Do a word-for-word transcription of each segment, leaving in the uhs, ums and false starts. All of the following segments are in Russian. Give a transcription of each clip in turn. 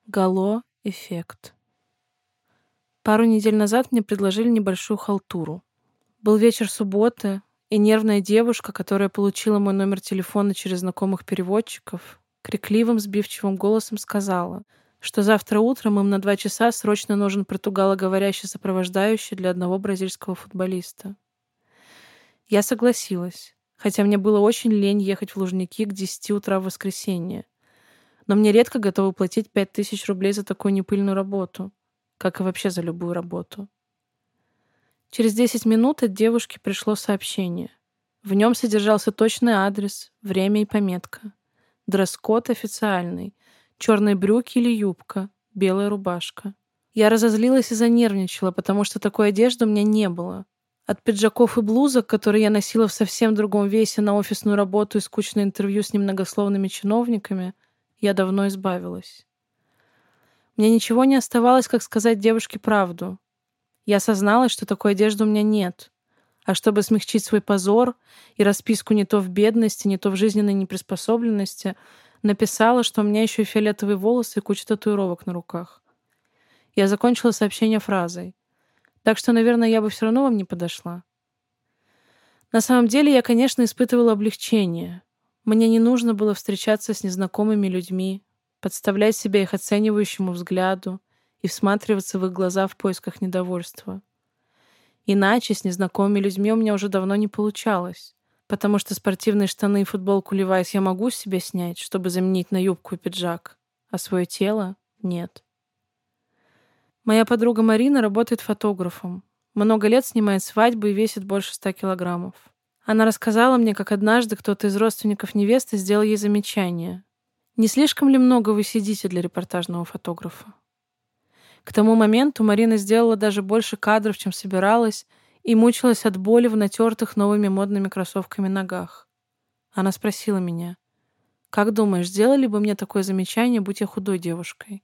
Гало-эффект. Пару недель назад мне предложили небольшую халтуру. Был вечер субботы, и нервная девушка, которая получила мой номер телефона через знакомых переводчиков, крикливым, сбивчивым голосом сказала, что завтра утром им на два часа срочно нужен португалоговорящий сопровождающий для одного бразильского футболиста. Я согласилась, хотя мне было очень лень ехать в Лужники к десяти утра в воскресенье. Но мне редко готовы платить пять тысяч рублей за такую непыльную работу, как и вообще за любую работу. Через десять минут от девушки пришло сообщение. В нем содержался точный адрес, время и пометка. Дресс-код официальный. Черные брюки или юбка, белая рубашка. Я разозлилась и занервничала, потому что такой одежды у меня не было. От пиджаков и блузок, которые я носила в совсем другом весе на офисную работу и скучное интервью с немногословными чиновниками, я давно избавилась. Мне ничего не оставалось, как сказать девушке правду. Я осозналась, что такой одежды у меня нет. А чтобы смягчить свой позор и расписку не то в бедности, не то в жизненной неприспособленности, написала, что у меня еще и фиолетовые волосы и куча татуировок на руках. Я закончила сообщение фразой: «Так что, наверное, я бы все равно вам не подошла». На самом деле я, конечно, испытывала облегчение. Мне не нужно было встречаться с незнакомыми людьми, подставлять себя их оценивающему взгляду и всматриваться в их глаза в поисках недовольства. Иначе с незнакомыми людьми у меня уже давно не получалось, потому что спортивные штаны и футболку Levi's я могу с себя снять, чтобы заменить на юбку и пиджак, а свое тело — нет. Моя подруга Марина работает фотографом. Много лет снимает свадьбы и весит больше ста килограммов. Она рассказала мне, как однажды кто-то из родственников невесты сделал ей замечание. «Не слишком ли много вы сидите для репортажного фотографа?» К тому моменту Марина сделала даже больше кадров, чем собиралась, и мучилась от боли в натертых новыми модными кроссовками ногах. Она спросила меня: «Как думаешь, сделали бы мне такое замечание, будь я худой девушкой?»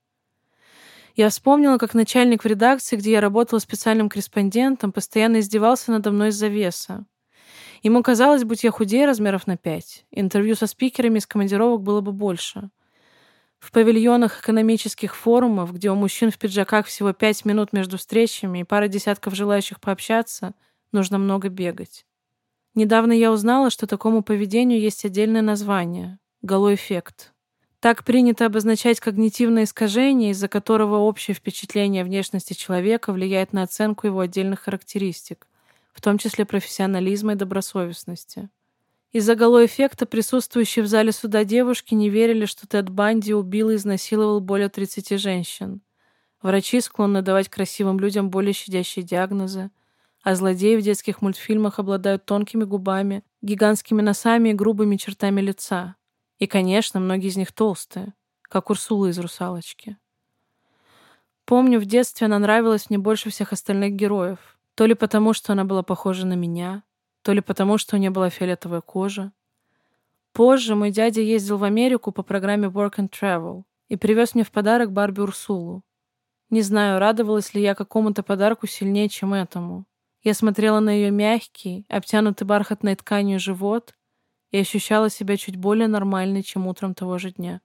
Я вспомнила, как начальник в редакции, где я работала специальным корреспондентом, постоянно издевался надо мной из-за веса. Ему казалось, будь я худее размеров на пять, интервью со спикерами из командировок было бы больше. В павильонах экономических форумов, где у мужчин в пиджаках всего пять минут между встречами и пара десятков желающих пообщаться, нужно много бегать. Недавно я узнала, что такому поведению есть отдельное название — гало-эффект. Так принято обозначать когнитивное искажение, из-за которого общее впечатление внешности человека влияет на оценку его отдельных характеристик, в том числе профессионализма и добросовестности. Из-за гало-эффекта присутствующие в зале суда девушки не верили, что Тед Банди убил и изнасиловал более тридцати женщин. Врачи склонны давать красивым людям более щадящие диагнозы, а злодеи в детских мультфильмах обладают тонкими губами, гигантскими носами и грубыми чертами лица. И, конечно, многие из них толстые, как Урсула из «Русалочки». Помню, в детстве она нравилась мне больше всех остальных героев. То ли потому, что она была похожа на меня, то ли потому, что у нее была фиолетовая кожа. Позже мой дядя ездил в Америку по программе Work and Travel и привез мне в подарок Барби Урсулу. Не знаю, радовалась ли я какому-то подарку сильнее, чем этому. Я смотрела на ее мягкий, обтянутый бархатной тканью живот и ощущала себя чуть более нормальной, чем утром того же дня.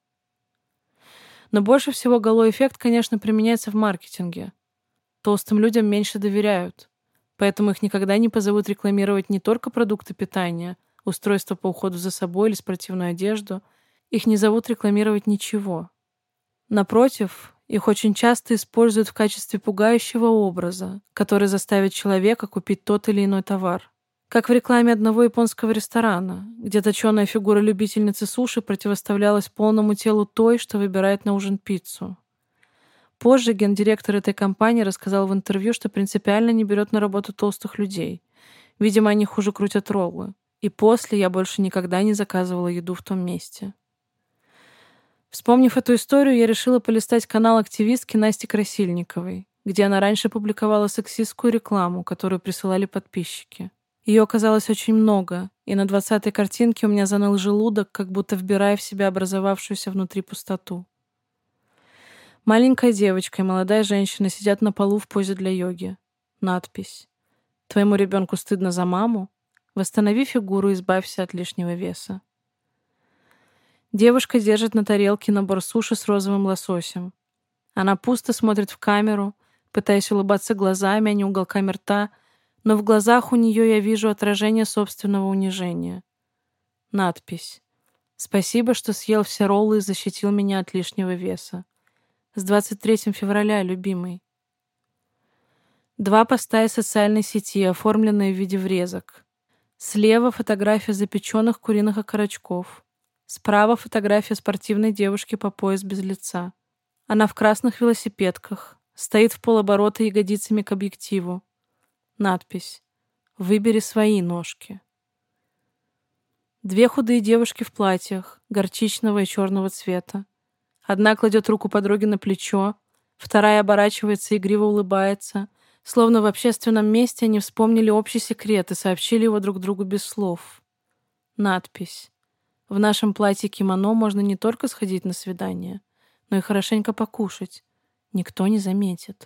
Но больше всего гало-эффект, конечно, применяется в маркетинге. Толстым людям меньше доверяют, поэтому их никогда не позовут рекламировать не только продукты питания, устройства по уходу за собой или спортивную одежду. Их не зовут рекламировать ничего. Напротив, их очень часто используют в качестве пугающего образа, который заставит человека купить тот или иной товар. Как в рекламе одного японского ресторана, где точеная фигура любительницы суши противоставлялась полному телу той, что выбирает на ужин пиццу. Позже гендиректор этой компании рассказал в интервью, что принципиально не берет на работу толстых людей. Видимо, они хуже крутят роллы. И после я больше никогда не заказывала еду в том месте. Вспомнив эту историю, я решила полистать канал активистки Насти Красильниковой, где она раньше публиковала сексистскую рекламу, которую присылали подписчики. Ее оказалось очень много, и на двадцатой картинке у меня заныл желудок, как будто вбирая в себя образовавшуюся внутри пустоту. Маленькая девочка и молодая женщина сидят на полу в позе для йоги. Надпись: «Твоему ребенку стыдно за маму? Восстанови фигуру и избавься от лишнего веса». Девушка держит на тарелке набор суши с розовым лососем. Она пусто смотрит в камеру, пытаясь улыбаться глазами, а не уголками рта, но в глазах у нее я вижу отражение собственного унижения. Надпись. «Спасибо, что съел все роллы и защитил меня от лишнего веса. С двадцать третьего февраля, любимый». Два поста из социальной сети, оформленные в виде врезок. Слева фотография запеченных куриных окорочков. Справа фотография спортивной девушки по пояс без лица. Она в красных велосипедках, стоит в полоборота ягодицами к объективу. Надпись. «Выбери свои ножки». Две худые девушки в платьях, горчичного и черного цвета. Одна кладет руку подруге на плечо, вторая оборачивается и игриво улыбается, словно в общественном месте они вспомнили общий секрет и сообщили его друг другу без слов. Надпись. В нашем платье-кимоно можно не только сходить на свидание, но и хорошенько покушать. Никто не заметит.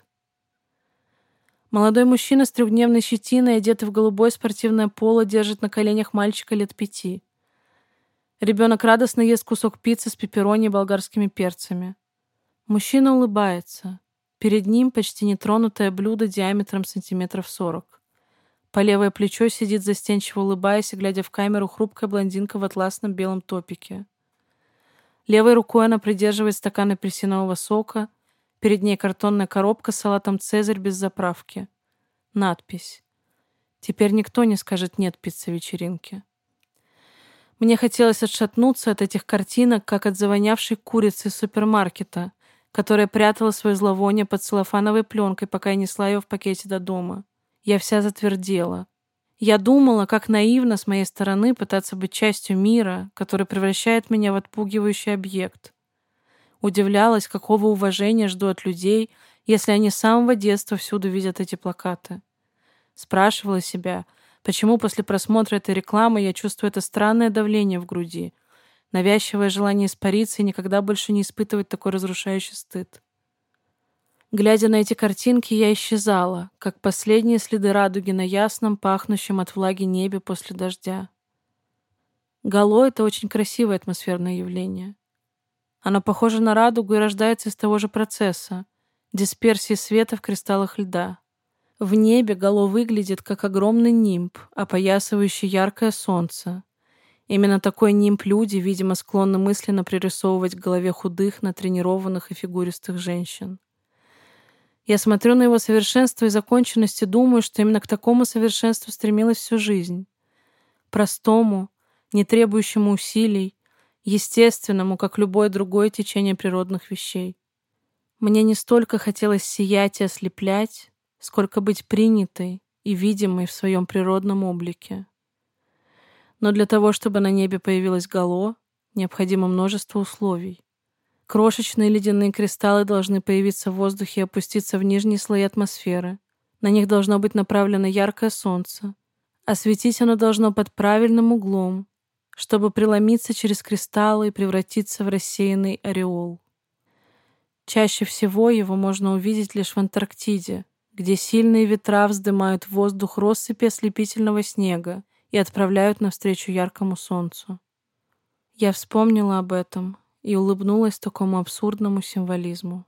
Молодой мужчина с трехдневной щетиной, одетый в голубое спортивное поло, держит на коленях мальчика лет пяти. Ребенок радостно ест кусок пиццы с пепперони и болгарскими перцами. Мужчина улыбается. Перед ним почти нетронутое блюдо диаметром сантиметров сорок. По левое плечо сидит застенчиво улыбаясь и глядя в камеру хрупкая блондинка в атласном белом топике. Левой рукой она придерживает стакан апельсинового сока. Перед ней картонная коробка с салатом «Цезарь» без заправки. Надпись. Теперь никто не скажет «нет» пицца-вечеринке. Мне хотелось отшатнуться от этих картинок, как от завонявшей курицы из супермаркета, которая прятала свое зловоние под целлофановой пленкой, пока я несла ее в пакете до дома. Я вся затвердела. Я думала, как наивно с моей стороны пытаться быть частью мира, который превращает меня в отпугивающий объект. Удивлялась, какого уважения жду от людей, если они с самого детства всюду видят эти плакаты. Спрашивала себя, почему после просмотра этой рекламы я чувствую это странное давление в груди, навязчивое желание испариться и никогда больше не испытывать такой разрушающий стыд. Глядя на эти картинки, я исчезала, как последние следы радуги на ясном, пахнущем от влаги небе после дождя. Гало — это очень красивое атмосферное явление. Оно похоже на радугу и рождается из того же процесса — дисперсии света в кристаллах льда. В небе гало выглядит как огромный нимб, опоясывающий яркое солнце. Именно такой нимб люди, видимо, склонны мысленно пририсовывать в голове худых, натренированных и фигуристых женщин. Я смотрю на его совершенство и законченность и думаю, что именно к такому совершенству стремилась всю жизнь. Простому, не требующему усилий, естественному, как любое другое течение природных вещей. Мне не столько хотелось сиять и ослеплять, сколько быть принятой и видимой в своем природном облике. Но для того, чтобы на небе появилось гало, необходимо множество условий. Крошечные ледяные кристаллы должны появиться в воздухе и опуститься в нижние слои атмосферы. На них должно быть направлено яркое солнце. Осветить оно должно под правильным углом, чтобы преломиться через кристаллы и превратиться в рассеянный ореол. Чаще всего его можно увидеть лишь в Антарктиде, где сильные ветра вздымают в воздух россыпи ослепительного снега и отправляют навстречу яркому солнцу. Я вспомнила об этом и улыбнулась такому абсурдному символизму.